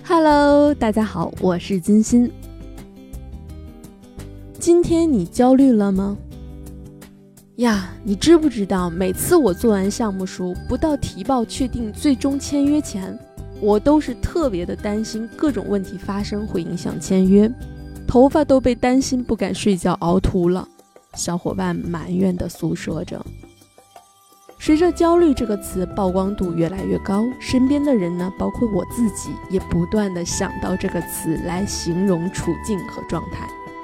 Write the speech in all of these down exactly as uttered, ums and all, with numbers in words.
Hello， 大家好，我是金鑫。今天你焦虑了吗？呀，你知不知道，每次我做完项目书，不到提报确定最终签约前，我都是特别的担心各种问题发生会影响签约，头发都被担心不敢睡觉熬秃了。小伙伴埋怨地诉说着。随着焦虑这个词曝光度越来越高，身边的人呢，包括我自己，也不断地想到这个词来形容处境和状态。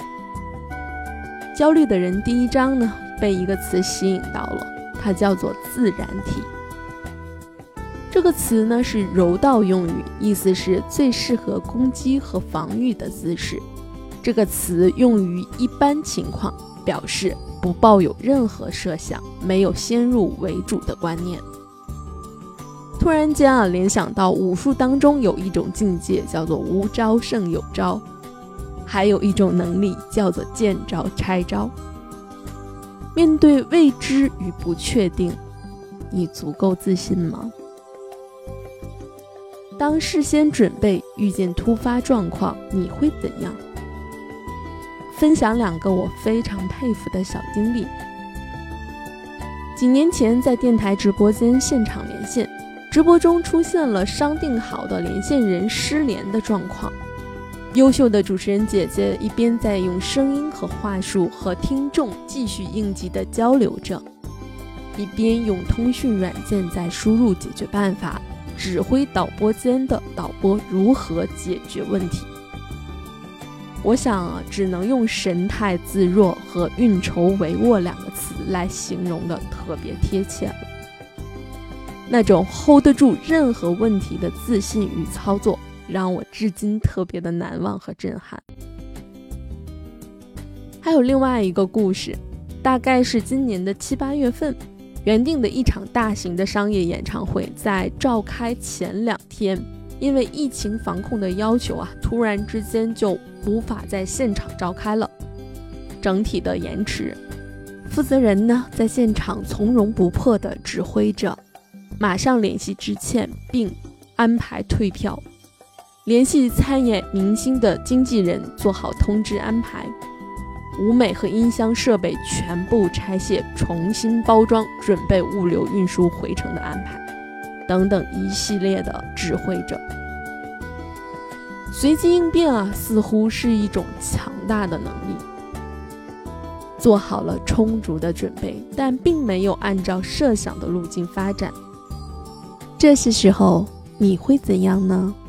焦虑的人第一章呢，被一个词吸引到了，它叫做自然体。这个词呢是柔道用语，意思是最适合攻击和防御的姿势。这个词用于一般情况，表示不抱有任何设想，没有先入为主的观念。突然间啊，联想到武术当中有一种境界叫做无招胜有招，还有一种能力叫做见招拆招。面对未知与不确定，你足够自信吗？当事先准备遇见突发状况，你会怎样？分享两个我非常佩服的小经历。几年前在电台直播间现场连线，直播中出现了商定好的连线人失联的状况。优秀的主持人姐姐一边在用声音和话术和听众继续应急的交流着，一边用通讯软件在输入解决办法，指挥导播间的导播如何解决问题。我想啊，只能用神态自若和运筹帷幄两个词来形容的特别贴切了。那种 hold 得住任何问题的自信与操作，让我至今特别的难忘和震撼。还有另外一个故事，大概是今年的七八月份，原定的一场大型的商业演唱会在召开前两天，因为疫情防控的要求啊，突然之间就无法在现场召开了，整体的延迟。负责人呢，在现场从容不迫地指挥着，马上联系致歉并安排退票，联系参演明星的经纪人做好通知安排，舞美和音箱设备全部拆卸重新包装，准备物流运输回程的安排等等一系列的指挥着。随机应变啊，似乎是一种强大的能力。做好了充足的准备，但并没有按照设想的路径发展。这些时候你会怎样呢？